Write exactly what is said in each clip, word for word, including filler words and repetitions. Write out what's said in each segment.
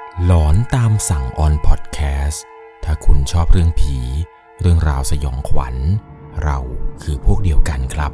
หลอนตามสั่งออนพอดแคสต์ถ้าคุณชอบเรื่องผีเรื่องราวสยองขวัญเราคือพวกเดียวกันครับ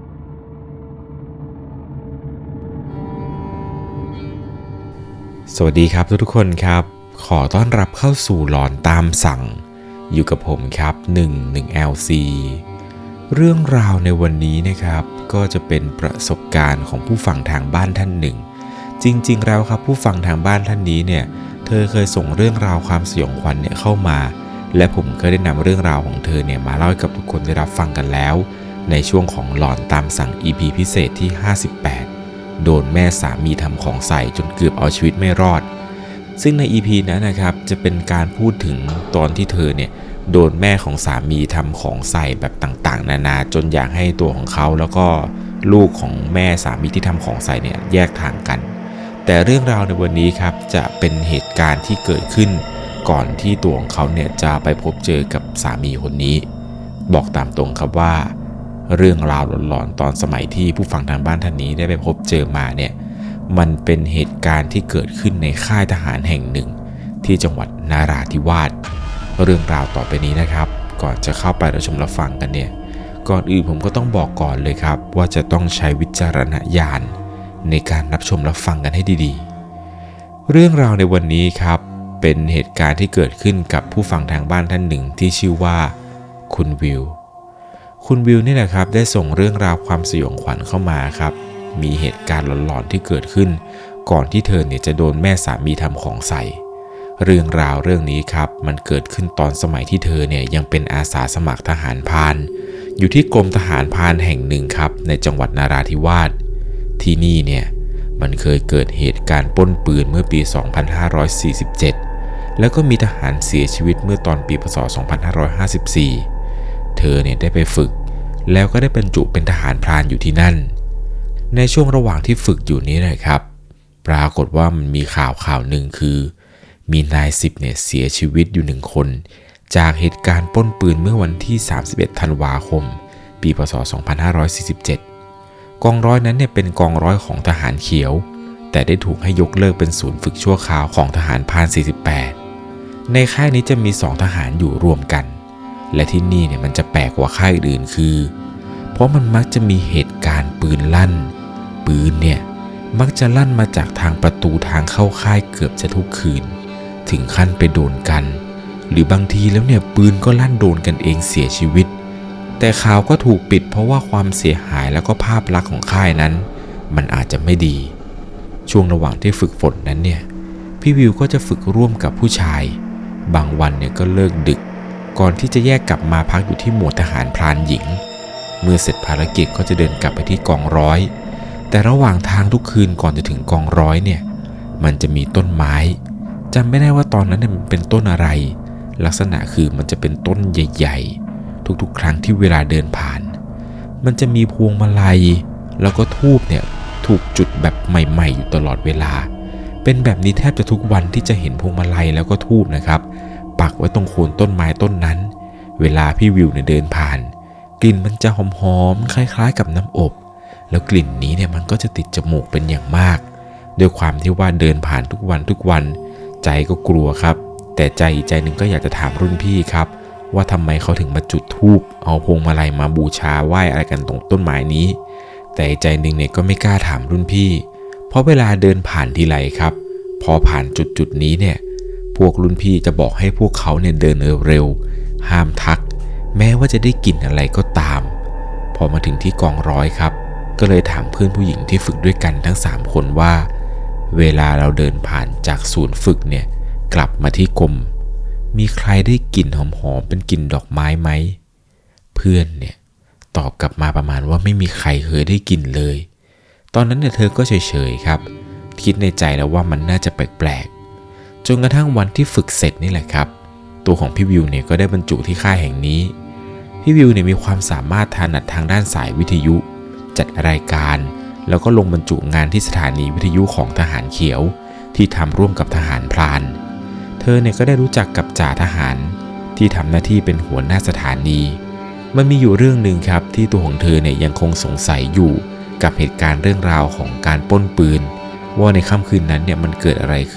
สวัสดีครับทุกๆคนครับขอต้อนรับเข้าสู่หลอนตามสั่งอยู่กับผมครับหนึ่ง หนึ่ง แอล ซี เรื่องราวในวันนี้นะครับก็จะเป็นประสบการณ์ของผู้ฟังทางบ้านท่านหนึ่งจริงๆแล้วครับผู้ฟังทางบ้านท่านนี้เนี่ยเธอเคยส่งเรื่องราวความสยองขวัญเนี่ยเข้ามาและผมก็ได้นำเรื่องราวของเธอเนี่ยมาเล่าให้กับทุกคนได้รับฟังกันแล้วในช่วงของหลอนตามสั่ง อี พี พิเศษที่ห้าสิบแปดโดนแม่สามีทำของใส่จนเกือบเอาชีวิตไม่รอดซึ่งใน อี พี นั้นนะครับจะเป็นการพูดถึงตอนที่เธอเนี่ยโดนแม่ของสามีทำของใส่แบบต่างๆนานาจนอยากให้ตัวของเขาแล้วก็ลูกของแม่สามีที่ทำของใส่เนี่ยแยกทางกันแต่เรื่องราวในวันนี้ครับจะเป็นเหตุการณ์ที่เกิดขึ้นก่อนที่ตัวของเขาเนี่ยจะไปพบเจอกับสามีคนนี้บอกตามตรงครับว่าเรื่องราวหลอนๆตอนสมัยที่ผู้ฟังทางบ้านท่านนี้ได้ไปพบเจอมาเนี่ยมันเป็นเหตุการณ์ที่เกิดขึ้นในค่ายทหารแห่งหนึ่งที่จังหวัดนาราธิวาสเรื่องราวต่อไปนี้นะครับก่อนจะเข้าไปรับชมรับฟังกันเนี่ยก่อนอื่นผมก็ต้องบอกก่อนเลยครับว่าจะต้องใช้วิจารณญาณในการรับชมรับฟังกันให้ดีๆเรื่องราวในวันนี้ครับเป็นเหตุการณ์ที่เกิดขึ้นกับผู้ฟังทางบ้านท่านหนึ่งที่ชื่อว่าคุณวิวคุณวิวนี่แหละครับได้ส่งเรื่องราวความสยองขวัญเข้ามาครับมีเหตุการณ์หลอนๆที่เกิดขึ้นก่อนที่เธอเนี่ยจะโดนแม่สามีทำของใส่เรื่องราวเรื่องนี้ครับมันเกิดขึ้นตอนสมัยที่เธอเนี่ยยังเป็นอาสาสมัครทหารพรานอยู่ที่กรมทหารพรานแห่งหนึ่งครับในจังหวัดนาราธิวาสที่นี่เนี่ยมันเคยเกิดเหตุการณ์ปล้นปืนเมื่อปี สองพันห้าร้อยสี่สิบเจ็ด แล้วก็มีทหารเสียชีวิตเมื่อตอนปีพ.ศ. สองพันห้าร้อยห้าสิบสี่ เธอเนี่ยได้ไปฝึกแล้วก็ได้บรรจุเป็นทหารพรานอยู่ที่นั่นในช่วงระหว่างที่ฝึกอยู่นี้เลยครับปรากฏว่ามันมีข่าวข่าวหนึ่งคือมีนายสิบเนี่ยเสียชีวิตอยู่หนึ่งคนจากเหตุการณ์ปล้นปืนเมื่อวันที่สามสิบเอ็ดธันวาคมปีพ.ศ. สองพันห้าร้อยสี่สิบเจ็ดกองร้อยนั้นเนี่ยเป็นกองร้อยของทหารเขียวแต่ได้ถูกให้ยกเลิกเป็นศูนย์ฝึกชั่วคราวของทหารพรานสี่สิบแปดในค่ายนี้จะมีสองทหารอยู่รวมกันและที่นี่เนี่ยมันจะแปลกกว่าค่ายอื่นคือเพราะมันมักจะมีเหตุการณ์ปืนลั่นปืนเนี่ยมักจะลั่นมาจากทางประตูทางเข้าค่ายเกือบจะทุกคืนถึงขั้นไปโดนกันหรือบางทีแล้วเนี่ยปืนก็ลั่นโดนกันเองเสียชีวิตแต่ข่าวก็ถูกปิดเพราะว่าความเสียหายแล้วก็ภาพลักษณ์ของค่ายนั้นมันอาจจะไม่ดีช่วงระหว่างที่ฝึกฝนนั้นเนี่ยพี่วิวก็จะฝึกร่วมกับผู้ชายบางวันเนี่ยก็เลิกดึกก่อนที่จะแยกกลับมาพักอยู่ที่หมวดทหารพรานหญิงเมื่อเสร็จภารกิจก็จะเดินกลับไปที่กองร้อยแต่ระหว่างทางทุกคืนก่อนจะถึงกองร้อยเนี่ยมันจะมีต้นไม้จำไม่ได้ว่าตอนนั้นมันเป็นต้นอะไรลักษณะคือมันจะเป็นต้นใหญ่ๆทุกๆครั้งที่เวลาเดินผ่านมันจะมีพวงมาลัยแล้วก็ธูปเนี่ยถูกจุดแบบใหม่ๆอยู่ตลอดเวลาเป็นแบบนี้แทบจะทุกวันที่จะเห็นพวงมาลัยแล้วก็ธูปนะครับปักไว้ตรงโคนต้นไม้ต้นนั้นเวลาพี่วิวเนี่ยเดินผ่านกลิ่นมันจะหอมๆคล้ายๆกับน้ำอบแล้วกลิ่นนี้เนี่ยมันก็จะติดจมูกเป็นอย่างมากด้วยความที่ว่าเดินผ่านทุกวันทุกวันใจก็กลัวครับแต่ใจอีกใจหนึ่งก็อยากจะถามรุ่นพี่ครับว่าทำไมเขาถึงมาจุดธูปเอาพวงมาลัยมาบูชาไหว้อะไรกันตรงต้นไม้นี้แต่ใจหนึ่งเนี่ยก็ไม่กล้าถามรุ่นพี่เพราะเวลาเดินผ่านทีไรครับพอผ่านจุดจุดนี้เนี่ยพวกรุ่นพี่จะบอกให้พวกเขาเนี่ยเดินเร็วๆห้ามทักแม้ว่าจะได้กลิ่นอะไรก็ตามพอมาถึงที่กองร้อยครับก็เลยถามเพื่อนผู้หญิงที่ฝึกด้วยกันทั้งสามคนว่าเวลาเราเดินผ่านจากศูนย์ฝึกเนี่ยกลับมาที่กรมมีใครได้กลิ่นหอมๆเป็นกลิ่นดอกไม้ไหมเพื่อนเนี่ยตอบกลับมาประมาณว่าไม่มีใครเคยได้กลิ่นเลยตอนนั้นเนี่ยเธอก็เฉยๆครับคิดในใจแล้วว่ามันน่าจะแปลกๆจนกระทั่งวันที่ฝึกเสร็จนี่แหละครับตัวของพี่วิวเนี่ยก็ได้บรรจุที่ค่ายแห่งนี้พี่วิวเนี่ยมีความสามารถถนัดทางด้านสายวิทยุจัดรายการแล้วก็ลงบรรจุงานที่สถานีวิทยุของทหารเขียวที่ทำร่วมกับทหารพรานเธอเนี่ยก็ได้รู้จักกับจ่าทหารที่ทำหน้าที่เป็นหัวหน้าสถานีมันมีอยู่เรื่องหนึ่งครับที่ตัวของเธอเนี่ยยังคงสงสัยอยู่กับเหตุการณ์เรื่องราวของการปล้นปืนว่าในค่ำคืนนั้นเนี่ยมันเกิดอะไรขึ้น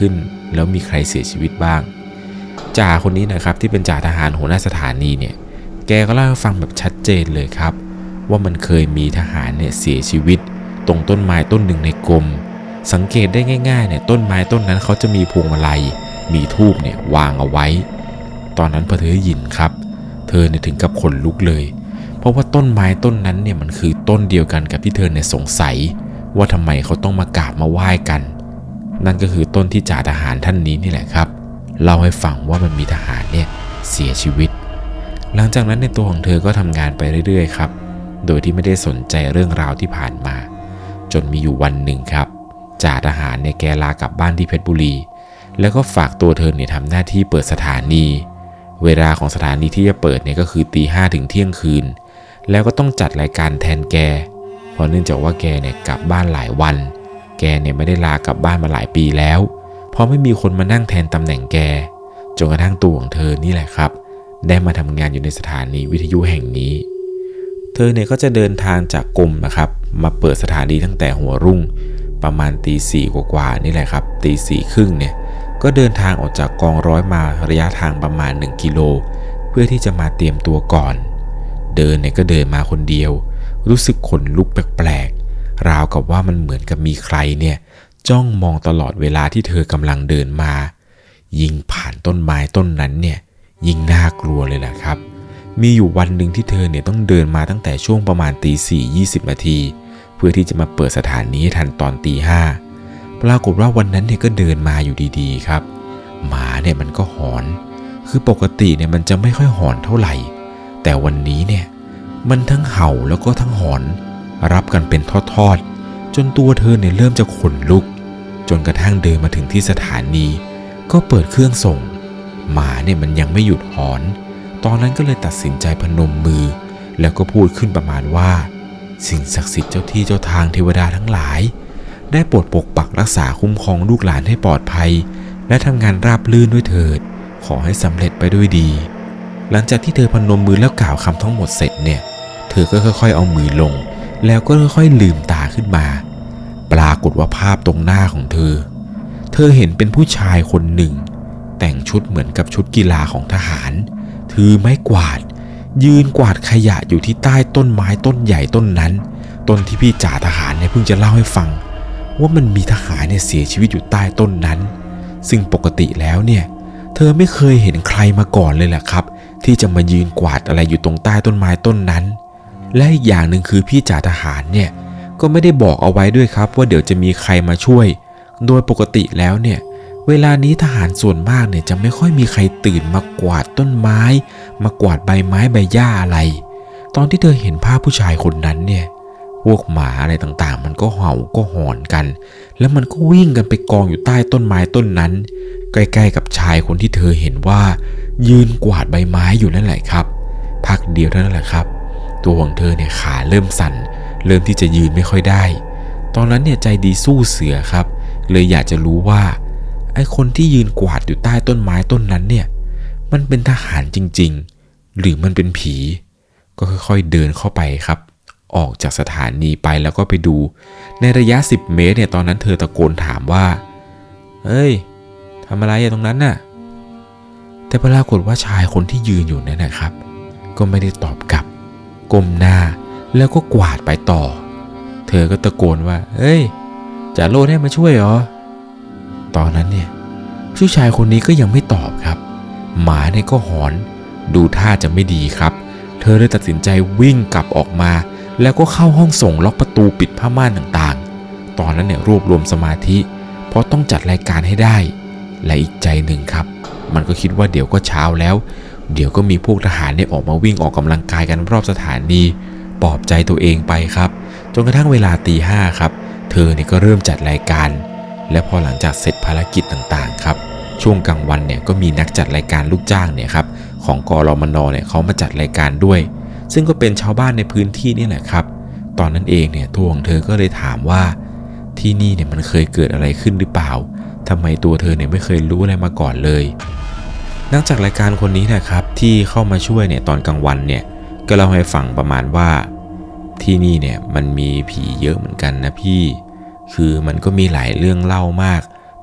แล้วมีใครเสียชีวิตบ้างจ่าคนนี้นะครับที่เป็นจ่าทหารหัวหน้าสถานีเนี่ยแกก็เล่าให้ฟังแบบชัดเจนเลยครับว่ามันเคยมีทหารเนี่ยเสียชีวิตตรงต้นไม้ต้นหนึ่งในกรมสังเกตได้ง่ายๆเนี่ยต้นไม้ต้นนั้นเขาจะมีพวงมาลัยมีธูปเนี่ยวางเอาไว้ตอนนั้นพอเธอได้ยินครับเธอเนี่ยถึงกับขนลุกเลยเพราะว่าต้นไม้ต้นนั้นเนี่ยมันคือต้นเดียวกันกับที่เธอเนี่ยสงสัยว่าทำไมเขาต้องมากราบมาไหว้กันนั่นก็คือต้นที่จ่าทหารท่านนี้นี่แหละครับเล่าให้ฟังว่ามันมีทหารเนี่ยเสียชีวิตหลังจากนั้นในตัวของเธอก็ทำงานไปเรื่อยๆครับโดยที่ไม่ได้สนใจเรื่องราวที่ผ่านมาจนมีอยู่วันหนึ่งครับจ่าทหารเนี่ยแกลากลับบ้านที่เพชรบุรีแล้วก็ฝากตัวเธอเนี่ยทำหน้าที่เปิดสถานีเวลาของสถานีที่จะเปิดเนี่ยก็คือตีห้าถึงเที่ยงคืนแล้วก็ต้องจัดรายการแทนแกเพราะเนื่องจากว่าแกเนี่ยกลับบ้านหลายวันแกเนี่ยไม่ได้ลากลับบ้านมาหลายปีแล้วเพราะไม่มีคนมานั่งแทนตำแหน่งแกจนกระทั่งตัวของเธอนี่แหละครับได้มาทำงานอยู่ในสถานีวิทยุแห่งนี้เธอเนี่ยก็จะเดินทางจากกรมนะครับมาเปิดสถานีตั้งแต่หัวรุ่งประมาณตีสี่กว่าๆนี่แหละครับตีสี่ครึ่งเนี่ยก็เดินทางออกจากกองร้อยมาระยะทางประมาณหนึ่งกิโลเพื่อที่จะมาเตรียมตัวก่อนเดินเนี่ยก็เดินมาคนเดียวรู้สึกขนลุกแปลกๆราวกับว่ามันเหมือนกับมีใครเนี่ยจ้องมองตลอดเวลาที่เธอกำลังเดินมายิ่งผ่านต้นไม้ต้นนั้นเนี่ยยิ่งน่ากลัวเลยแหละครับมีอยู่วันหนึ่งที่เธอเนี่ยต้องเดินมาตั้งแต่ช่วงประมาณตีสี่ยี่สิบนาทีเพื่อที่จะมาเปิดสถานีทันตอนตีห้าปรากฏว่าวันนั้นเนี่ยก็เดินมาอยู่ดีๆครับหมาเนี่ยมันก็หอนคือปกติเนี่ยมันจะไม่ค่อยหอนเท่าไหร่แต่วันนี้เนี่ยมันทั้งเห่าแล้วก็ทั้งหอนรับกันเป็นทอดๆจนตัวเธอเนี่ยเริ่มจะขนลุกจนกระทั่งเดินมาถึงที่สถานีก็เปิดเครื่องส่งหมาเนี่ยมันยังไม่หยุดหอนตอนนั้นก็เลยตัดสินใจพนมมือแล้วก็พูดขึ้นประมาณว่าสิ่งศักดิ์สิทธิ์เจ้าที่เจ้าทางเทวดาทั้งหลายได้โปรดปกปักรักษาคุ้มครองลูกหลานให้ปลอดภัยและทำงานราบรื่นด้วยเถิดขอให้สำเร็จไปด้วยดีหลังจากที่เธอพนมมือแล้วกล่าวคำทั้งหมดเสร็จเนี่ยเธอก็ค่อยๆเอามือลงแล้วก็ค่อยๆลืมตาขึ้นมาปรากฏว่าภาพตรงหน้าของเธอเธอเห็นเป็นผู้ชายคนหนึ่งแต่งชุดเหมือนกับชุดกีฬาของทหารถือไม้กวาดยืนกวาดขยะอยู่ที่ใต้ต้นไม้ต้นใหญ่ต้นนั้นต้นที่พี่จ่าทหารเนี่ยเพิ่งจะเล่าให้ฟังว่ามันมีทหารเนี่ยเสียชีวิตอยู่ใต้ต้นนั้นซึ่งปกติแล้วเนี่ยเธอไม่เคยเห็นใครมาก่อนเลยแหละครับที่จะมายืนกวาดอะไรอยู่ตรงใต้ต้นไม้ต้นนั้นและอีกอย่างหนึ่งคือพี่จ่าทหารเนี่ยก็ไม่ได้บอกเอาไว้ด้วยครับว่าเดี๋ยวจะมีใครมาช่วยโดยปกติแล้วเนี่ยเวลานี้ทหารส่วนมากเนี่ยจะไม่ค่อยมีใครตื่นมากวาดต้นไม้มากวาดใบไม้ใบหญ้าอะไรตอนที่เธอเห็นภาพผู้ชายคนนั้นเนี่ยพวกหมาอะไรต่างๆมันก็เห่าก็หอนกันแล้วมันก็วิ่งกันไปกองอยู่ใต้ต้นไม้ต้นนั้นใกล้ๆกับชายคนที่เธอเห็นว่ายืนกวาดใบไม้อยู่นั่นแหละครับพักเดียวเท่านั้นแหละครับตัวของเธอเนี่ยขาเริ่มสั่นเริ่มที่จะยืนไม่ค่อยได้ตอนนั้นเนี่ยใจดีสู้เสือครับเลยอยากจะรู้ว่าไอ้คนที่ยืนกวาดอยู่ใต้ต้นไม้ต้นนั้นเนี่ยมันเป็นทหารจริงๆหรือมันเป็นผีก็ค่อยๆเดินเข้าไปครับออกจากสถานีไปแล้วก็ไปดูในระยะสิบเมตรเนี่ยตอนนั้นเธอตะโกนถามว่าเฮ้ยทำอะไรอยู่ตรงนั้นน่ะแต่ปรากฏว่าชายคนที่ยืนอยู่นั่นนะครับก็ไม่ได้ตอบกลับก้มหน้าแล้วก็กวาดไปต่อเธอก็ตะโกนว่าเฮ้ยจ่าโลดให้มาช่วยเหรอตอนนั้นเนี่ยผู้ชายคนนี้ก็ยังไม่ตอบครับหมาเนี่ยก็หอนดูท่าจะไม่ดีครับเธอเลยตัดสินใจวิ่งกลับออกมาแล้วก็เข้าห้องส่งล็อกประตูปิดผ้าม่านต่างๆตอนนั้นเนี่ยรวบรวมสมาธิเพราะต้องจัดรายการให้ได้และอีกใจหนึ่งครับมันก็คิดว่าเดี๋ยวก็เช้าแล้วเดี๋ยวก็มีพวกทหารเนี่ยออกมาวิ่งออกกำลังกายกันรอบสถานีปลอบใจตัวเองไปครับจนกระทั่งเวลาตีห้าครับเธอเนี่ยก็เริ่มจัดรายการและพอหลังจากเสร็จภารกิจต่างๆครับช่วงกลางวันเนี่ยก็มีนักจัดรายการลูกจ้างเนี่ยครับของกรมนเนี่ยเขามาจัดรายการด้วยซึ่งก็เป็นชาวบ้านในพื้นที่นี่แหละครับตอนนั้นเองเนี่ยตัวของเธอก็เลยถามว่าที่นี่เนี่ยมันเคยเกิดอะไรขึ้นหรือเปล่าทำไมตัวเธอเนี่ยไม่เคยรู้อะไรมาก่อนเลยนักจัดรายการคนนี้นะครับที่เข้ามาช่วยเนี่ยตอนกลางวันเนี่ยก็เล่าให้ฟังประมาณว่าที่นี่เนี่ยมันมีผีเยอะเหมือนกันนะพี่คือมันก็มีหลายเรื่องเล่ามากพ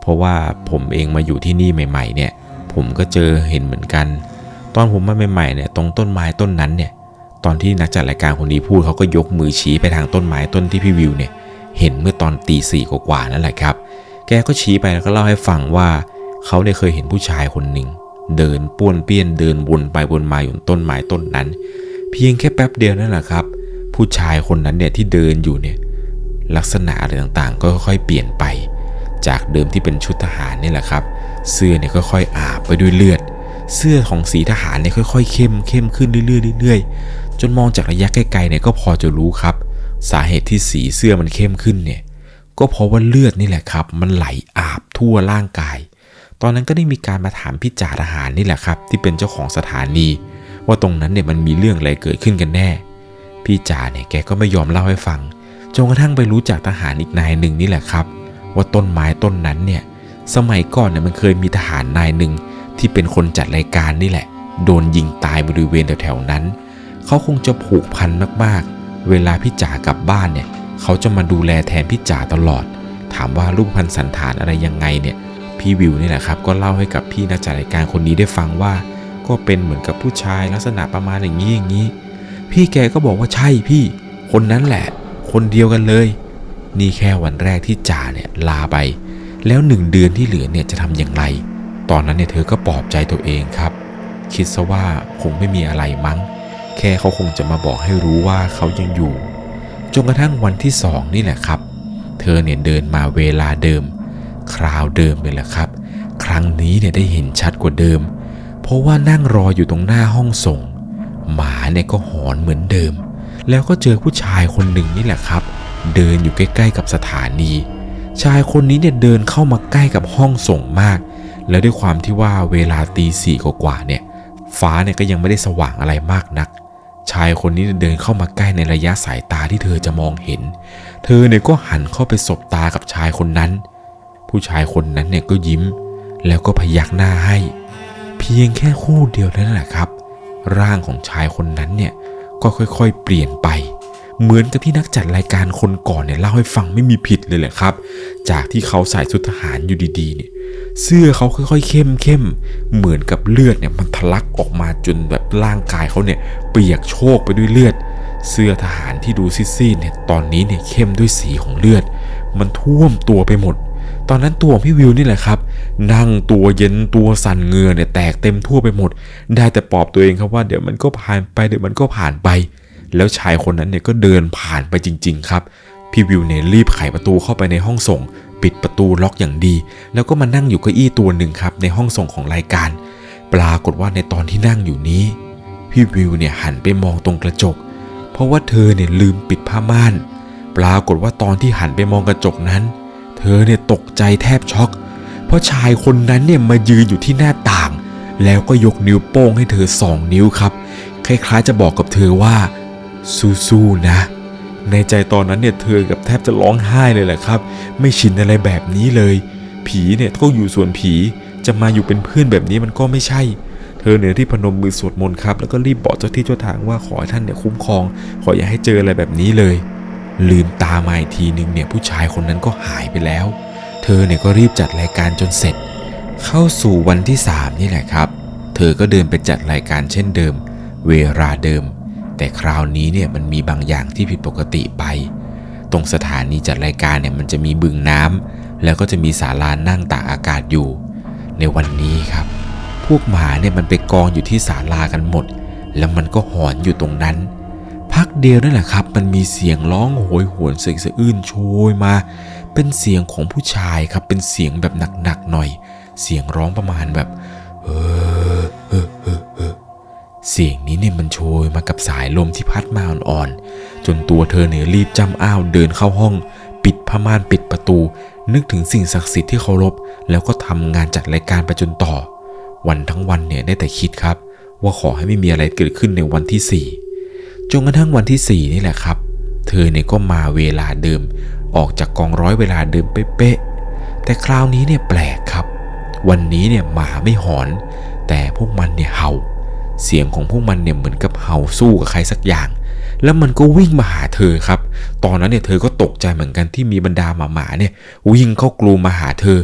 ราะว่าผมเองมาอยู่ที่นี่ใหม่ๆเนี่ยผมก็เจอเห็นเหมือนกันตอนผมมาใหม่ๆเนี่ยตรงต้นไม้ต้นนั้นเนี่ยตอนที่นักจัดรายการคนนี้พูดเขาก็ยกมือชี้ไปทางต้นไม้ต้นที่พี่วิวเนี่ยเห็นเมื่อตอนตีสี่กว่าๆนั่นแหละครับแกก็ชี้ไปแล้วก็เล่าให้ฟังว่าเขาเนี่ยเคยเห็นผู้ชายคนหนึ่งเดินป้วนเปี้ยนเดินวนไปวนมาอยู่ต้นไม้ต้นนั้นเพียงแค่แป๊บเดียวนั่นแหละครับผู้ชายคนนั้นเนี่ยที่เดินอยู่เนี่ยลักษณะอะไรต่างๆก็ค่อยๆเปลี่ยนไปจากเดิมที่เป็นชุดทหารนี่แหละครับเสื้อเนี่ยค่อยๆอาบไปด้วยเลือดเสื้อของสีทหารเนี่ยค่อยๆเข้มเข้มขึ้นเรื่อยๆเรื่อยๆจนมองจากระยะไกลๆเนี่ยก็พอจะรู้ครับสาเหตุที่สีเสื้อมันเข้มขึ้นเนี่ยก็เพราะว่าเลือดนี่แหละครับมันไหลอาบทั่วร่างกายตอนนั้นก็ได้มีการมาถามพี่จ่าทหารนี่แหละครับที่เป็นเจ้าของสถานีว่าตรงนั้นเนี่ยมันมีเรื่องอะไรเกิดขึ้นกันแน่พี่จ่าเนี่ยแกก็ไม่ยอมเล่าให้ฟังจนกระทั่งไปรู้จักทหารอีกนายหนึ่งนี่แหละครับว่าต้นไม้ต้นนั้นเนี่ยสมัยก่อนเนี่ยมันเคยมีทหารนายหนึ่งที่เป็นคนจัดรายการนี่แหละโดนยิงตายบริเวณแถวๆนั้นเขาคงจะผูกพันมากๆเวลาพี่จ่ากลับบ้านเนี่ยเขาจะมาดูแลแทนพี่จ่าตลอดถามว่ารูปพรรณสันฐานอะไรยังไงเนี่ยพี่วิวนี่แหละครับก็เล่าให้กับพี่นักจัดรายการคนนี้ได้ฟังว่าก็เป็นเหมือนกับผู้ชายลักษณะประมาณอย่างนี้อย่างนี้พี่แกก็บอกว่าใช่พี่คนนั้นแหละคนเดียวกันเลยนี่แค่วันแรกที่จ่าเนี่ยลาไปแล้วหนึ่งเดือนที่เหลือเนี่ยจะทำอย่างไรตอนนั้นเนี่ยเธอก็ปลอบใจตัวเองครับคิดซะว่าคงไม่มีอะไรมั้งแค่เขาคงจะมาบอกให้รู้ว่าเขายังอยู่จนกระทั่งวันที่สองนี่แหละครับเธอเนี่ยเดินมาเวลาเดิมคราวเดิมเลยแหละครับครั้งนี้เนี่ยได้เห็นชัดกว่าเดิมเพราะว่านั่งรออยู่ตรงหน้าห้องส่งหมาเนี่ยก็หอนเหมือนเดิมแล้วก็เจอผู้ชายคนหนึ่งนี่แหละครับเดินอยู่ใกล้ๆกับสถานีชายคนนี้เนี่ยเดินเข้ามาใกล้กับห้องส่งมากแล้วด้วยความที่ว่าเวลาตีสี่กว่าๆเนี่ยฟ้าเนี่ยก็ยังไม่ได้สว่างอะไรมากนักชายคนนี้เดินเข้ามาใกล้ในระยะสายตาที่เธอจะมองเห็นเธอเนี่ยก็หันเข้าไปสบตากับชายคนนั้นผู้ชายคนนั้นเนี่ยก็ยิ้มแล้วก็พยักหน้าให้เพียงแค่คู่เดียวนั้นแหละครับร่างของชายคนนั้นเนี่ยก็ค่อยๆเปลี่ยนไปเหมือนกับที่นักจัดรายการคนก่อนเนี่ยเล่าให้ฟังไม่มีผิดเลยแหละครับจากที่เขาใส่ชุดทหารอยู่ดีๆเนี่ยเสื้อเขาค่อยๆเข้มเข้มเหมือนกับเลือดเนี่ยมันทะลักออกมาจนแบบร่างกายเขาเนี่ยเปียกโชกไปด้วยเลือดเสื้อทหารที่ดูซีดๆเนี่ยตอนนี้เนี่ยเข้มด้วยสีของเลือดมันท่วมตัวไปหมดตอนนั้นตัวของพี่วิวนี่แหละครับนั่งตัวเย็นตัวสั่นเหงื่อเนี่ยแตกเต็มทั่วไปหมดได้แต่ปลอบตัวเองครับว่าเดี๋ยวมันก็ผ่านไปเดี๋ยวมันก็ผ่านไปแล้วชายคนนั้นเนี่ยก็เดินผ่านไปจริงๆครับพี่วิวเนี่ยรีบไขประตูเข้าไปในห้องส่งปิดประตูล็อกอย่างดีแล้วก็มานั่งอยู่เก้าอี้ตัวหนึ่งครับในห้องส่งของรายการปรากฏว่าในตอนที่นั่งอยู่นี้พี่วิวเนี่ยหันไปมองตรงกระจกเพราะว่าเธอเนี่ยลืมปิดผ้าม่านปรากฏว่าตอนที่หันไปมองกระจกนั้นเธอเนี่ยตกใจแทบช็อกเพราะชายคนนั้นเนี่ยมายืนอยู่ที่หน้าต่างแล้วก็ยกนิ้วโป้งให้เธอสองนิ้วครับคล้ายๆจะบอกกับเธอว่าสู้ๆนะในใจตอนนั้นเนี่ยเธอกับแทบจะร้องไห้เลยแหละครับไม่ชินอะไรแบบนี้เลยผีเนี่ยก็อยู่ส่วนผีจะมาอยู่เป็นเพื่อนแบบนี้มันก็ไม่ใช่เธอเนี่ยที่พนมมือสวดมนต์ครับแล้วก็รีบบอกเจ้าที่เจ้าทางว่าขอให้ท่านเนี่ยคุ้มครองขออย่าให้เจออะไรแบบนี้เลยลืมตามาอีกทีนึงเนี่ยผู้ชายคนนั้นก็หายไปแล้วเธอเนี่ยก็รีบจัดรายการจนเสร็จเข้าสู่วันที่สามนี่แหละครับเธอก็เดินไปจัดรายการเช่นเดิมเวลาเดิมแต่คราวนี้เนี่ยมันมีบางอย่างที่ผิดปกติไปตรงสถานีจัดรายการเนี่ยมันจะมีบึงน้ำแล้วก็จะมีศาลานั่งตากอากาศอยู่ในวันนี้ครับพวกหมาเนี่ยมันไปกองอยู่ที่ศาลากันหมดแล้วมันก็หอนอยู่ตรงนั้นพักเดียวนั่นแหละครับมันมีเสียงร้องโหยหวนเสียงสะอื้นโชยมาเป็นเสียงของผู้ชายครับเป็นเสียงแบบหนักๆหน่อยเสียงร้องประมาณแบบเออเออเออเออเสียงนี้เนี่ยมันโชยมากับสายลมที่พัดมาอ่อนๆจนตัวเธอเนี่ยรีบจำอ้าวเดินเข้าห้องปิดผ้าม่านปิดประตูนึกถึงสิ่งศักดิ์สิทธิ์ที่เคารพแล้วก็ทำงานจัดรายการไปจนต่อวันทั้งวันเนี่ยได้แต่คิดครับว่าขอให้ไม่มีอะไรเกิดขึ้นในวันที่สี่จนกระทั่งวันที่สี่นี่แหละครับเธอเนี่ยก็มาเวลาเดิมออกจากกองร้อยเวลาเดิมเป๊ะๆแต่คราวนี้เนี่ยแปลกครับวันนี้เนี่ยหมาไม่หอนแต่พวกมันเนี่ยเห่าเสียงของพวกมันเนี่ยเหมือนกับเห่าสู้กับใครสักอย่างแล้วมันก็วิ่งมาหาเธอครับตอนนั้นเนี่ยเธอก็ตกใจเหมือนกันที่มีบรรดาหมาๆเนี่ยวิ่งเข้ากรูมาหาเธอ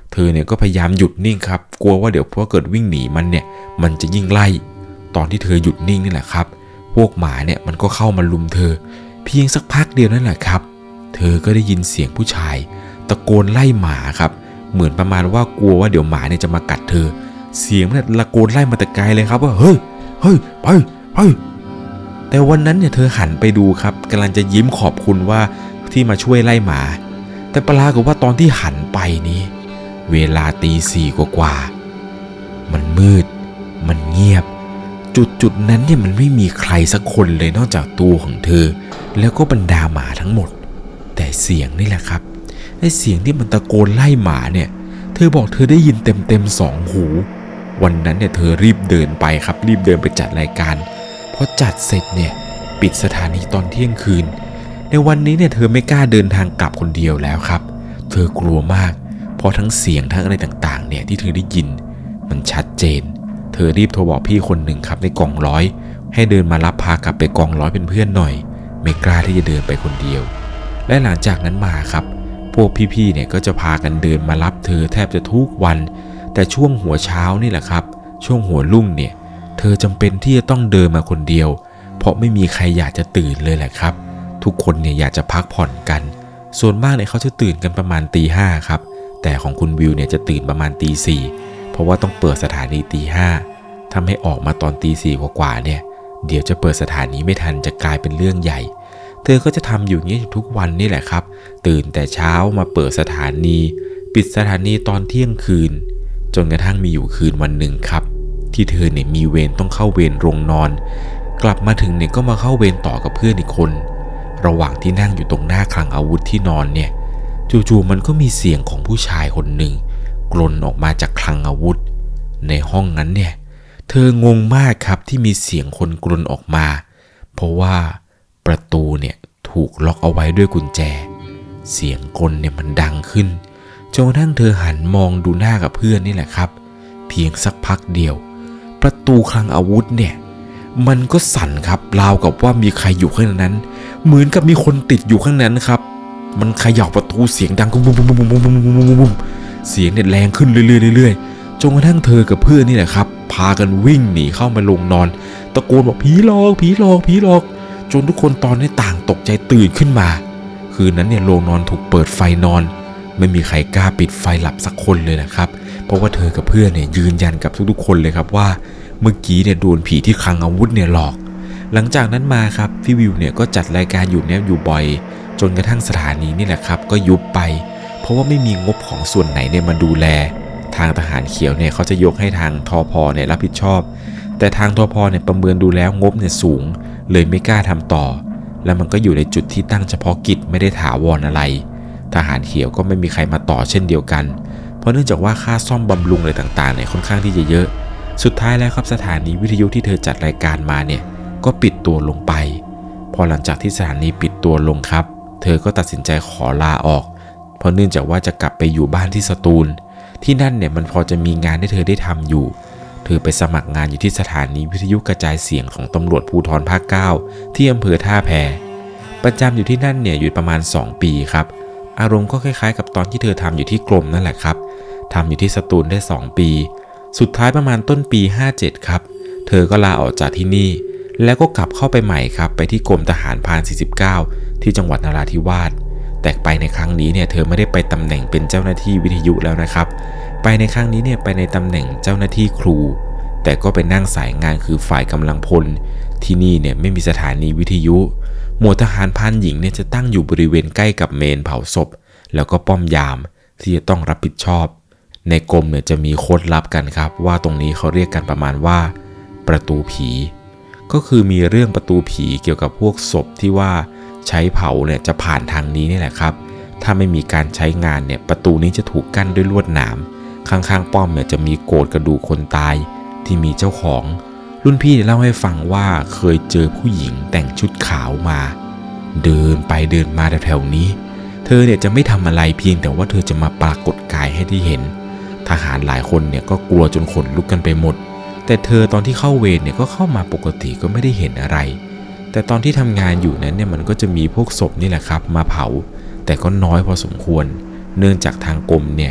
เธอเนี่ยก็พยายามหยุดนิ่งครับกลัวว่าเดี๋ยวพอเกิดวิ่งหนีมันเนี่ยมันจะยิ่งไล่ตอนที่เธอหยุดนิ่งนี่แหละครับพวกหมาเนี่ยมันก็เข้ามาลุมเธอเพียงสักพักเดียวนั่นแหละครับเธอก็ได้ยินเสียงผู้ชายตะโกนไล่หมาครับเหมือนประมาณว่ากลัวว่าเดี๋ยวหมาเนี่ยจะมากัดเธอเสียงมันตะโกนไล่มาแต่ไกลเลยครับว่าเฮ้ยเฮ้ยไปไปแต่วันนั้นเนี่ยเธอหันไปดูครับกำลังจะยิ้มขอบคุณว่าที่มาช่วยไล่หมาแต่ปรากฏว่าตอนที่หันไปนี้เวลาตีสี่กว่าๆมันมืดมันเงียบจุดจุดนั้นเนี่ยมันไม่มีใครสักคนเลยนอกจากตัวของเธอแล้วก็บรรดาหมาทั้งหมดแต่เสียงนี่แหละครับไอ้เสียงที่มันตะโกนไล่หมาเนี่ยเธอบอกเธอได้ยินเต็มเต็มสองหูวันนั้นเนี่ยเธอรีบเดินไปครับรีบเดินไปจัดรายการพอจัดเสร็จเนี่ยปิดสถานีตอนเที่ยงคืนในวันนี้เนี่ยเธอไม่กล้าเดินทางกลับคนเดียวแล้วครับเธอกลัวมากเพราะทั้งเสียงทั้งอะไรต่างๆเนี่ยที่เธอได้ยินมันชัดเจนเธอรีบโทรบอกพี่คนหนึ่งครับในกองร้อยให้เดินมารับพากลับไปกองร้อยเป็นเพื่อนหน่อยไม่กล้าที่จะเดินไปคนเดียวและหลังจากนั้นมาครับพวกพี่ๆเนี่ยก็จะพากันเดินมารับเธอแทบจะทุกวันแต่ช่วงหัวเช้านี่แหละครับช่วงหัวรุ่งเนี่ยเธอจำเป็นที่จะต้องเดินมาคนเดียวเพราะไม่มีใครอยากจะตื่นเลยแหละครับทุกคนเนี่ยอยากจะพักผ่อนกันส่วนมากเนี่ยเขาจะตื่นกันประมาณตีห้าครับแต่ของคุณวิวเนี่ยจะตื่นประมาณตีสี่เพราะว่าต้องเปิดสถานีตีห้าทำให้ออกมาตอนตีสี่กว่าๆเนี่ยเดี๋ยวจะเปิดสถานีไม่ทันจะกลายเป็นเรื่องใหญ่เธอก็จะทำอยู่อย่างนี้ทุกวันนี่แหละครับตื่นแต่เช้ามาเปิดสถานีปิดสถานีตอนเที่ยงคืนจนกระทั่งมีอยู่คืนวันหนึ่งครับที่เธอเนี่ยมีเวรต้องเข้าเวรโรงนอนกลับมาถึงเนี่ยก็มาเข้าเวรต่อกับเพื่อนอีกคนระหว่างที่นั่งอยู่ตรงหน้าคลังอาวุธที่นอนเนี่ยจู่ๆมันก็มีเสียงของผู้ชายคนหนึ่งกลนออกมาจากคลังอาวุธในห้องนั้นเนี่ยเธองงมากครับที่มีเสียงคนกลนออกมาเพราะว่าประตูเนี่ยถูกล็อกเอาไว้ด้วยกุญแจเสียงกลนเนี่ยมันดังขึ้นจนกระทั่งเธอหันมองดูหน้ากับเพื่อนนี่แหละครับเพียงสักพักเดียวประตูคลังอาวุธเนี่ยมันก็สั่นครับราวกับว่ามีใครอยู่ข้างในนั้นเหมือนกับมีคนติดอยู่ข้างนั้นครับมันเขย่าประตูเสียงดังบุ้มบุ้มบุ้มบุ้มบุ้มบุ้มบุ้มบุ้มบุ้มเสียงเนี่ยแรงขึ้นเรื่อยๆเรื่อยๆจนกระทั่งเธอกับเพื่อนนี่แหละครับพากันวิ่งหนีเข้ามาลงนอนตะโกนบอกผีหลอกผีหลอกผีหลอกจนทุกคนตอนนี้ต่างตกใจตื่นขึ้นมาคืนนั้นเนี่ยโรงนอนถูกเปิดไฟนอนไม่มีใครกล้าปิดไฟหลับสักคนเลยนะครับเพราะว่าเธอกับเพื่อนเนี่ยยืนยันกับทุกๆคนเลยครับว่าเมื่อกี้เนี่ยโดนผีที่คลังอาวุธเนี่ยหลอกหลังจากนั้นมาครับพี่วิวเนี่ยก็จัดรายการอยู่เนี่ยอยู่บ่อยจนกระทั่งสถานีนี่แหละครับก็ยุบไปเพราะว่าไม่มีงบของส่วนไหนเนี่ยมาดูแลทางทหารเขียวเนี่ยเขาจะยกให้ทางทพเนี่ยรับผิดชอบแต่ทางทพเนี่ยประเมินดูแล้วงบเนี่ยสูงเลยไม่กล้าทำต่อแล้วมันก็อยู่ในจุดที่ตั้งเฉพาะกิจไม่ได้ถาวรอะไรทหารเขียวก็ไม่มีใครมาต่อเช่นเดียวกันเพราะเนื่องจากว่าค่าซ่อมบำรุงอะไรต่างๆเนี่ยค่อนข้างที่จะเยอะสุดท้ายแล้วครับสถานีวิทยุที่เธอจัดรายการมาเนี่ยก็ปิดตัวลงไปพอหลังจากที่สถานีปิดตัวลงครับเธอก็ตัดสินใจขอลาออกเพราะเนื่องจากว่าจะกลับไปอยู่บ้านที่สตูลที่นั่นเนี่ยมันพอจะมีงานให้เธอได้ทำอยู่เธอไปสมัครงานอยู่ที่สถานีวิทยุกระจายเสียงของตำรวจภูธรภาคเก้าที่อำเภอท่าแพประจำอยู่ที่นั่นเนี่ยอยู่ประมาณสองปีครับอารมณ์ก็คล้ายๆกับตอนที่เธอทำอยู่ที่กรมนั่นแหละครับทำอยู่ที่สตูลได้สองปีสุดท้ายประมาณต้นปีห้าเจ็ดครับเธอก็ลาออกจากที่นี่แล้วก็กลับเข้าไปใหม่ครับไปที่กรมทหารพรานสี่สิบเก้าที่จังหวัดนราธิวาสแต่ไปในครั้งนี้เนี่ยเธอไม่ได้ไปตำแหน่งเป็นเจ้าหน้าที่วิทยุแล้วนะครับไปในครั้งนี้เนี่ยไปในตำแหน่งเจ้าหน้าที่ครูแต่ก็ไปนั่งสายงานคือฝ่ายกำลังพลที่นี่เนี่ยไม่มีสถานีวิทยุหมวดทหารพรานหญิงเนี่ยจะตั้งอยู่บริเวณใกล้กับเมนเผาศพแล้วก็ป้อมยามที่จะต้องรับผิดชอบในกรมเนี่ยจะมีโค้ดลับกันครับว่าตรงนี้เขาเรียกกันประมาณว่าประตูผีก็คือมีเรื่องประตูผีเกี่ยวกับพวกศพที่ว่าใช้เผาเนี่ยจะผ่านทางนี้นี่แหละครับถ้าไม่มีการใช้งานเนี่ยประตูนี้จะถูกกั้นด้วยลวดหนามข้างๆป้อมเนี่ยจะมีโกรธกระดูกคนตายที่มีเจ้าของรุ่นพี่เล่าให้ฟังว่าเคยเจอผู้หญิงแต่งชุดขาวมาเดินไปเดินมาแถวๆนี้เธอเนี่ยจะไม่ทำอะไรเพียงแต่ว่าเธอจะมาปรากฏกายให้ได้เห็นทหารหลายคนเนี่ยก็กลัวจนขนลุกกันไปหมดแต่เธอตอนที่เข้าเวรเนี่ยก็เข้ามาปกติก็ไม่ได้เห็นอะไรแต่ตอนที่ทำงานอยู่นั้นเนี่ยมันก็จะมีพวกศพนี่แหละครับมาเผาแต่ก็น้อยพอสมควรเนื่องจากทางกรมเนี่ย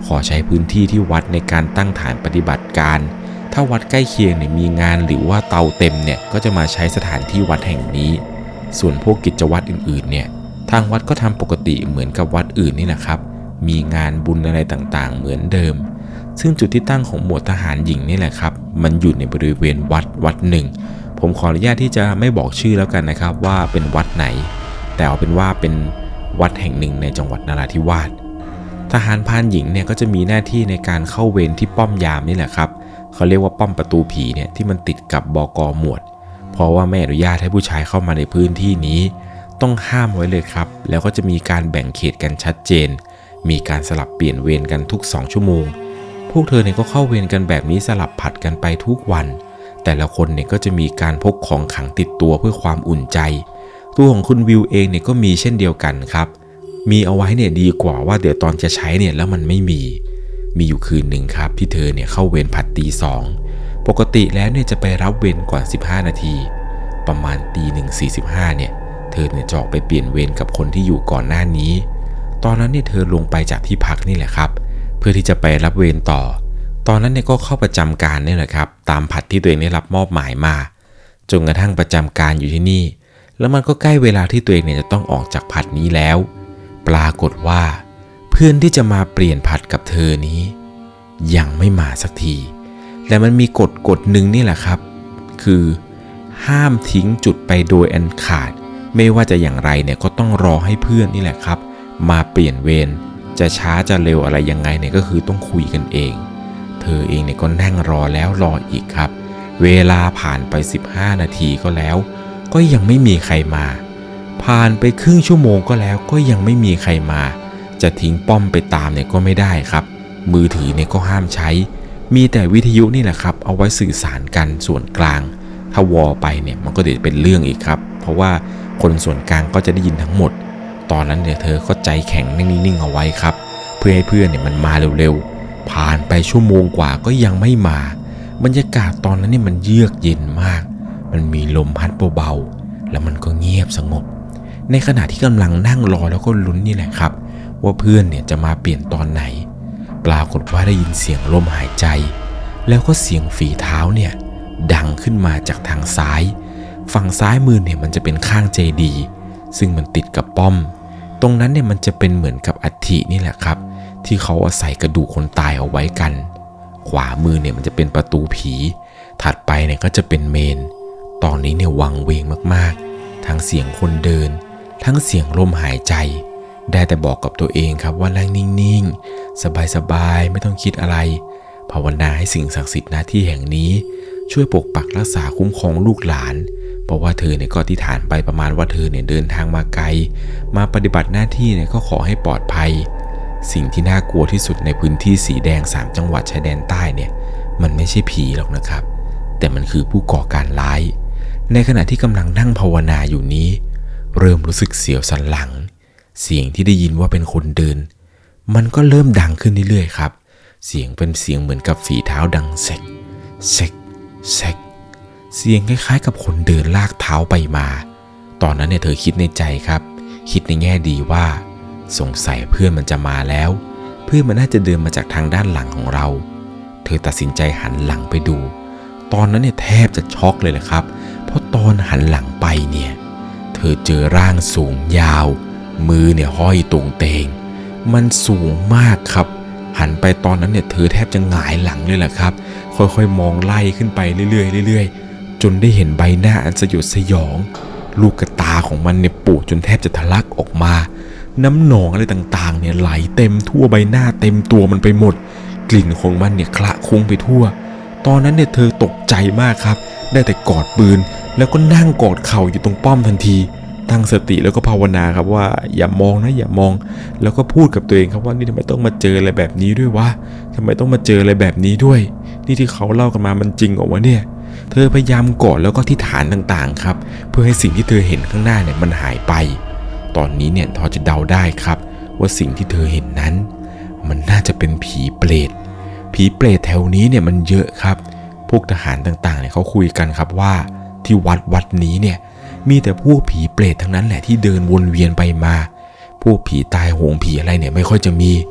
ขอใช้พื้นที่ที่วัดในการตั้งฐานปฏิบัติการถ้าวัดใกล้เคียงเนี่ยมีงานหรือว่าเตาเต็มเนี่ยก็จะมาใช้สถานที่วัดแห่งนี้ส่วนพวกกิจวัตรอื่นๆเนี่ยทางวัดก็ทำปกติเหมือนกับวัดอื่นนี่แหละครับมีงานบุญอะไรต่างๆเหมือนเดิมซึ่งจุดที่ตั้งของหมวดทหารหญิงนี่แหละครับมันอยู่ในบริเวณวัดวัดหนึ่งผมขออนุญาตที่จะไม่บอกชื่อแล้วกันนะครับว่าเป็นวัดไหนแต่เอาเป็นว่าเป็นวัดแห่งหนึ่งในจังหวัดนราธิวาสทหารพรานหญิงเนี่ยก็จะมีหน้าที่ในการเข้าเวรที่ป้อมยามนี่แหละครับเขาเรียกว่าป้อมประตูผีเนี่ยที่มันติดกับบก.หมวดเพราะว่าไม่อนุญาตให้ผู้ชายเข้ามาในพื้นที่นี้ต้องห้ามไว้เลยครับแล้วก็จะมีการแบ่งเขตกันชัดเจนมีการสลับเปลี่ยนเวรกันทุกสองชั่วโมงพวกเธอเนี่ยก็เข้าเวรกันแบบนี้สลับผัดกันไปทุกวันแต่ละคนเนี่ยก็จะมีการพกของขลังติดตัวเพื่อความอุ่นใจตัวของคุณวิวเองเนี่ยก็มีเช่นเดียวกันครับมีเอาไว้เนี่ยดีกว่าว่าเดี๋ยวตอนจะใช้เนี่ยแล้วมันไม่มีมีอยู่คืนหนึ่งครับที่เธอเนี่ยเข้าเวรผัดตีสองปกติแล้วเนี่ยจะไปรับเวรก่อนสิบห้านาทีประมาณตีหนึ่งสี่สิบห้าเนี่ยเธอเนี่ยจะออกไปเปลี่ยนเวรกับคนที่อยู่ก่อนหน้านี้ตอนนั้นเนี่ยเธอลงไปจากที่พักนี่แหละครับเพื่อที่จะไปรับเวรต่อตอนนั้นเนี่ยก็เข้าประจำการนี่แหละครับตามผัดที่ตัวเองได้รับมอบหมายมาจนกระทั่งประจำการอยู่ที่นี่แล้วมันก็ใกล้เวลาที่ตัวเองเนี่ยจะต้องออกจากผัดนี้แล้วปรากฏว่าเพื่อนที่จะมาเปลี่ยนผัดกับเธอนี้ยังไม่มาสักทีและมันมีกฎกฎหนึ่งนี่แหละครับคือห้ามทิ้งจุดไปโดยอันขาดไม่ว่าจะอย่างไรเนี่ยก็ต้องรอให้เพื่อนนี่แหละครับมาเปลี่ยนเวรจะช้าจะเร็วอะไรยังไงเนี่ยก็คือต้องคุยกันเองเธอเองเนี่ยก็นั่งรอแล้วรออีกครับเวลาผ่านไปสิบห้านาทีก็แล้วก็ยังไม่มีใครมาผ่านไปครึ่งชั่วโมงก็แล้วก็ยังไม่มีใครมาจะทิ้งป้อมไปตามเนี่ยก็ไม่ได้ครับมือถือเนี่ยก็ห้ามใช้มีแต่วิทยุนี่แหละครับเอาไว้สื่อสารกันส่วนกลางถ้าวอไปเนี่ยมันก็เดี๋ยวเป็นเรื่องอีกครับเพราะว่าคนส่วนกลางก็จะได้ยินทั้งหมดตอนนั้นเนี่ยเธอก็ใจแข็งนิ่งๆเอาไว้ครับเพื่อให้เพื่อนเนี่ยมันมาเร็วๆผ่านไปชั่วโมงกว่าก็ยังไม่มาบรรยากาศตอนนั้นเนี่ยมันเยือกเย็นมากมันมีลมพัดเบาๆแล้วมันก็เงียบสงบในขณะที่กำลังนั่งรอแล้วก็ลุ้นนี่แหละครับว่าเพื่อนเนี่ยจะมาเปลี่ยนตอนไหนปรากฏว่าได้ยินเสียงลมหายใจแล้วก็เสียงฝีเท้าเนี่ยดังขึ้นมาจากทางซ้ายฝั่งซ้ายมือเนี่ยมันจะเป็นข้างเจดีย์ซึ่งมันติดกับป้อมตรงนั้นเนี่ยมันจะเป็นเหมือนกับอัฐินี่แหละครับที่เขาเอาใส่กระดูกคนตายเอาไว้กันขวามือเนี่ยมันจะเป็นประตูผีถัดไปเนี่ยก็จะเป็นเมนตอนนี้เนี่ยวังเวงมากๆทั้งเสียงคนเดินทั้งเสียงลมหายใจได้แต่บอกกับตัวเองครับว่านั่งนิ่งๆสบายๆไม่ต้องคิดอะไรภาวนาให้สิ่งศักดิ์สิทธิ์ณที่แห่งนี้ช่วยปกปักรักษาคุ้มครองลูกหลานเพราะว่าเธอเนี่ยก็อธิษฐานไปประมาณว่าเธอเนี่ยเดินทางมาไกลมาปฏิบัติหน้าที่เนี่ยก็ขอให้ปลอดภัยสิ่งที่น่ากลัวที่สุดในพื้นที่สีแดงสามจังหวัดชายแดนใต้เนี่ยมันไม่ใช่ผีหรอกนะครับแต่มันคือผู้ก่อการร้ายในขณะที่กำลังนั่งภาวนาอยู่นี้เริ่มรู้สึกเสียวสันหลังเสียงที่ได้ยินว่าเป็นคนเดินมันก็เริ่มดังขึ้นเรื่อยๆครับเสียงเป็นเสียงเหมือนกับฝีเท้าดังเซกเซกเซกเสียงคล้ายๆกับคนเดินลากเท้าไปมาตอนนั้นเนี่ยเธอคิดในใจครับคิดในแง่ดีว่าสงสัยเพื่อนมันจะมาแล้วเพื่อนมันน่าจะเดินมาจากทางด้านหลังของเราเธอตัดสินใจหันหลังไปดูตอนนั้นเนี่ยแทบจะช็อกเลยแหละครับเพราะตอนหันหลังไปเนี่ยเธอเจอร่างสูงยาวมือเนี่ยห้อยตรงเตงมันสูงมากครับหันไปตอนนั้นเนี่ยเธอแทบจะหงายหลังเลยแหละครับค่อยๆมองไล่ขึ้นไปเรื่อยๆเรื่อยๆจนได้เห็นใบหน้าอันสยดสยองลูกกระตาของมันเนี่ยปูดจนแทบจะทะลักออกมาน้ำหนองอะไรต่างๆเนี่ยไหลเต็มทั่วใบหน้าเต็มตัวมันไปหมดกลิ่นของมันเนี่ยคละคลุ้งไปทั่วตอนนั้นเนี่ยเธอตกใจมากครับได้แต่กอดปืนแล้วก็นั่งกอดเข่าอยู่ตรงป้อมทันทีตั้งสติแล้วก็ภาวนาครับว่าอย่ามองนะอย่ามองแล้วก็พูดกับตัวเองครับว่านี่ทำไมต้องมาเจออะไรแบบนี้ด้วยวะทำไมต้องมาเจออะไรแบบนี้ด้วยนี่ที่เขาเล่ากันมามันจริงเหรอวะเนี่ยเธอพยายามกอดแล้วก็ที่ฐานต่างๆครับเพื่อให้สิ่งที่เธอเห็นข้างหน้าเนี่ยมันหายไปตอนนี้เนี่ยพอจะเดาได้ครับว่าสิ่งที่เธอเห็นนั้นมันน่าจะเป็นผีเปรตผีเปรตแถวนี้เนี่ยมันเยอะครับพวกทหารต่างๆเนี่ยเขาคุยกันครับว่าที่วัดวัดนี้เนี่ยมีแต่พวกผีเปรตทั้งนั้นแหละที่เดินวนเวียนไปมาพวกผีตายโหงผีอะไรเนี่ยไม่ค่อยจะมี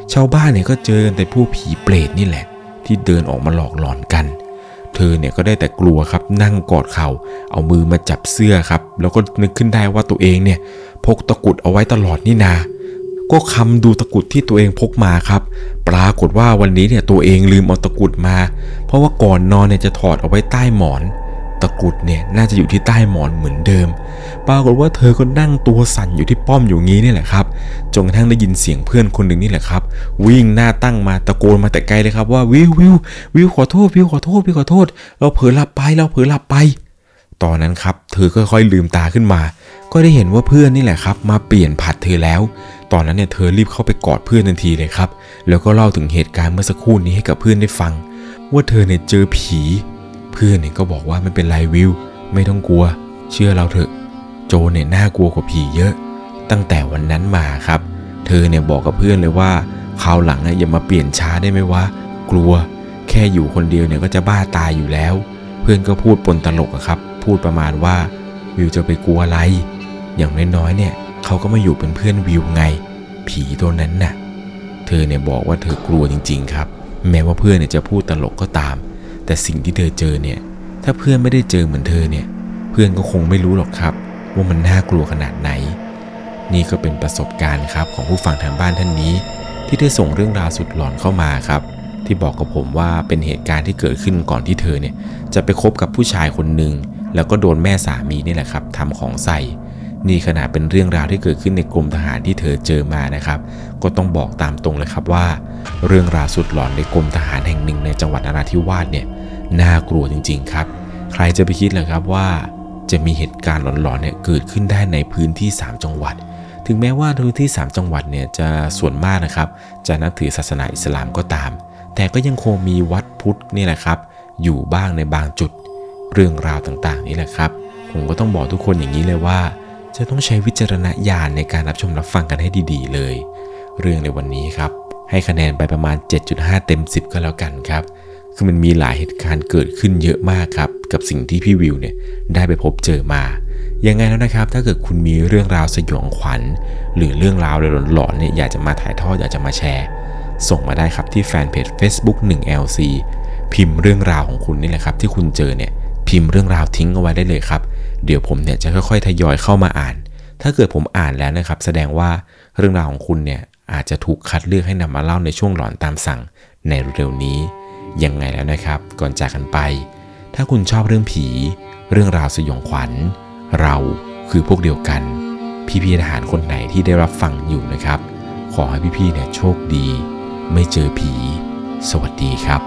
ชาวบ้านเนี่ยก็เจอกันแต่ผู้ผีเปรตนี่แหละที่เดินออกมาหลอกหลอนกันเธอเนี่ยก็ได้แต่กลัวครับนั่งกอดเข่าเอามือมาจับเสื้อครับแล้วก็นึกขึ้นได้ว่าตัวเองเนี่ยพกตะกุดเอาไว้ตลอดนี่นาก็คำดูตะกุดที่ตัวเองพกมาครับปรากฏว่าวันนี้เนี่ยตัวเองลืมเอาตะกุดมาเพราะว่าก่อนนอนเนี่ยจะถอดเอาไว้ใต้หมอนตะกุดเนี่ยน่าจะอยู่ที่ใต้หมอนเหมือนเดิมปรากฏว่าเธอก็นั่งตัวสั่นอยู่ที่ป้อมอยู่งี้นี่แหละครับจนกระทั่งได้ยินเสียงเพื่อนคนหนึ่งนี่แหละครับวิ่งหน้าตั้งมาตะโกนมาแต่ไกลเลยครับว่าวิววิววิวขอโทษวิวขอโทษวิวขอโทษเราเผลอหลับไปเราเผลอหลับไปตอนนั้นครับเธอค่อยๆลืมตาขึ้นมาก็ได้เห็นว่าเพื่อนนี่แหละครับมาเปลี่ยนผัดเธอแล้วตอนนั้นเนี่ยเธอรีบเข้าไปกอดเพื่อนทันทีเลยครับแล้วก็เล่าถึงเหตุการณ์เมื่อสักครู่นี้ให้กับเพื่อนได้ฟังว่าเธอเนี่ยเจอผีเพื่อนเนี่ยก็บอกว่าไม่เป็นไรวิวไม่ต้องกลัวเชื่อเราเถอะโจเนี่ยน่ากลัวกว่าผีเยอะตั้งแต่วันนั้นมาครับเธอเนี่ยบอกกับเพื่อนเลยว่าคราวหลังเนี่ยอย่ามาเปลี่ยนช้าได้ไหมวะกลัวแค่อยู่คนเดียวเนี่ยก็จะบ้าตายอยู่แล้วเพื่อนก็พูดปนตลกอะครับพูดประมาณว่าวิวจะไปกลัวอะไรอย่างน้อยๆเนี่ยเขาก็มาอยู่เป็นเพื่อนวิวไงผีตัวนั้นน่ะเธอเนี่ยบอกว่าเธอกลัวจริงๆครับแม้ว่าเพื่อนเนี่ยจะพูดตลกก็ตามแต่สิ่งที่เธอเจอเนี่ยถ้าเพื่อนไม่ได้เจอเหมือนเธอเนี่ยเพื่อนก็คงไม่รู้หรอกครับว่ามันน่ากลัวขนาดไหนนี่ก็เป็นประสบการณ์ครับของผู้ฟังทางบ้านท่านนี้ที่ได้ส่งเรื่องราวสุดหลอนเข้ามาครับที่บอกกับผมว่าเป็นเหตุการณ์ที่เกิดขึ้นก่อนที่เธอเนี่ยจะไปคบกับผู้ชายคนหนึ่งแล้วก็โดนแม่สามีนี่แหละครับทำของใส่นี่ขนาดเป็นเรื่องราวที่เกิดขึ้นในกรมทหารที่เธอเจอมานะครับก็ต้องบอกตามตรงเลยครับว่าเรื่องราวสุดหลอนในกรมทหารแห่งหนึ่งในจังหวัดนราธิวาสเนี่ยน่ากลัวจริงๆครับใครจะไปคิดล่ะครับว่าจะมีเหตุการณ์หลอนๆเนี่ยเกิดขึ้นได้ในพื้นที่สามจังหวัดถึงแม้ว่าพื้นที่สามจังหวัดเนี่ยจะส่วนมากนะครับจะนับถือศาสนาอิสลามก็ตามแต่ก็ยังคงมีวัดพุทธนี่แหละครับอยู่บ้างในบางจุดเรื่องราวต่างๆนี่แหละครับผมก็ต้องบอกทุกคนอย่างนี้เลยว่าจะต้องใช้วิจารณญาณในการรับชมรับฟังกันให้ดีๆเลยเรื่องในวันนี้ครับให้คะแนนไปประมาณ เจ็ดจุดห้า เต็มสิบก็แล้วกันครับคือมันมีหลายเหตุการณ์เกิดขึ้นเยอะมากครับกับสิ่งที่พี่วิวเนี่ยได้ไปพบเจอมายังไงแล้วนะครับถ้าเกิดคุณมีเรื่องราวสยองขวัญหรือเรื่องราวหลอนๆเนี่ยอยากจะมาถ่ายทอดอยากจะมาแชร์ส่งมาได้ครับที่แฟนเพจ Facebook หนึ่ง แอล ซี พิมพ์เรื่องราวของคุณนี่แหละครับที่คุณเจอเนี่ยพิมพ์เรื่องราวทิ้งเอาไว้ได้เลยครับเดี๋ยวผมเนี่ยจะค่อยๆทยอยเข้ามาอ่านถ้าเกิดผมอ่านแล้วนะครับแสดงว่าเรื่องราวของคุณเนี่ยอาจจะถูกคัดเลือกให้นำมาเล่าในช่วงหลอนตามสั่งในเร็วๆนี้ยังไงแล้วนะครับก่อนจากกันไปถ้าคุณชอบเรื่องผีเรื่องราวสยองขวัญเราคือพวกเดียวกันพี่ๆทหารคนไหนที่ได้รับฟังอยู่นะครับขอให้พี่ๆเนี่ยโชคดีไม่เจอผีสวัสดีครับ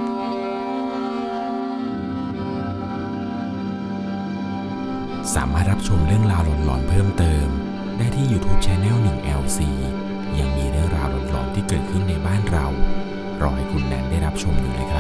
สามารถรับชมเรื่องราวหลอนๆเพิ่มเติมได้ที่ YouTube Channel หนึ่ง แอล ซี ยังมีเรื่องราวหลอนๆที่เกิดขึ้นในบ้านเรารอให้คุณนั้นได้รับชมอยู่นะครับ